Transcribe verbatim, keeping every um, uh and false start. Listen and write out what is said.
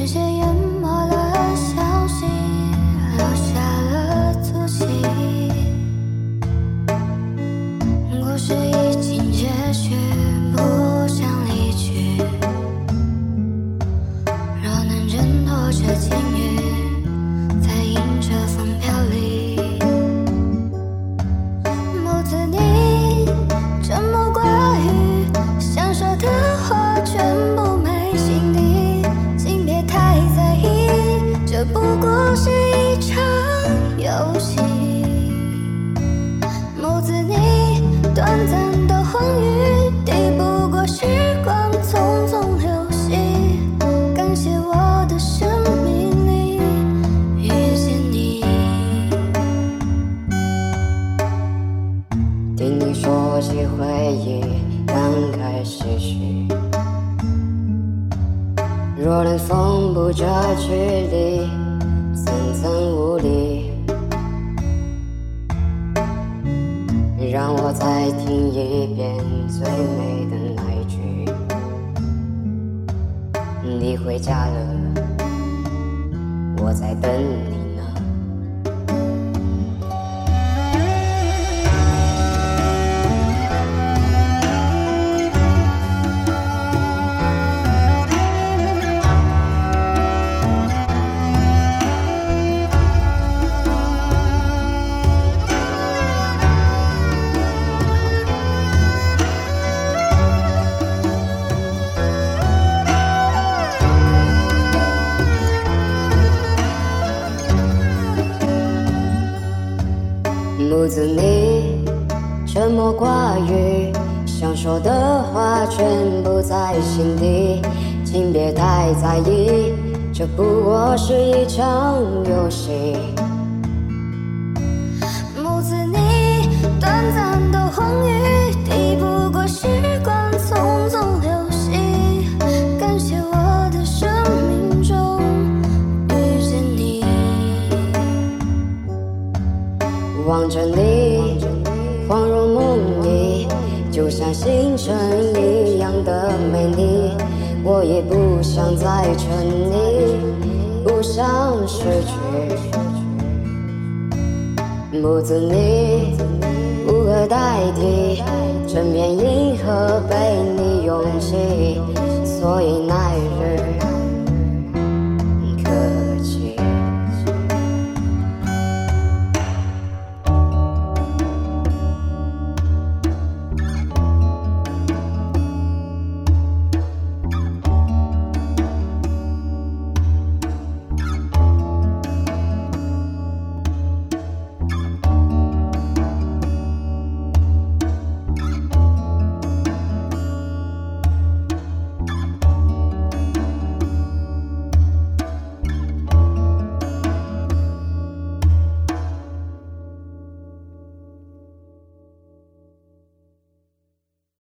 些淹没了消息，留下了足迹。故事已经结束，不想离去。若能挣脱这境遇，再迎着风飘离。母子你沉默寡语，想说的话全部没心底，请别太在意，这不过是一场游戏。母子你短暂的欢愉，抵不过时光匆匆流逝。感谢我的生命里遇见你。 听你说起回忆，感慨唏嘘。若能缝补这距离，层层无力。让我再听一遍最美的那一句，你回家了，我在等你呢。母子你沉默寡语，想说的话全部在心底，请别太在意，这不过是一场游戏。 母子你短暂的欢愉，抵不过时光匆匆流逝。感谢我的生命中遇见你。 望着你，恍如梦里，就像星辰一样的美丽。我也不想再沉溺，不想失去。母子你无可代替，整片银河被你拥挤，所以那一日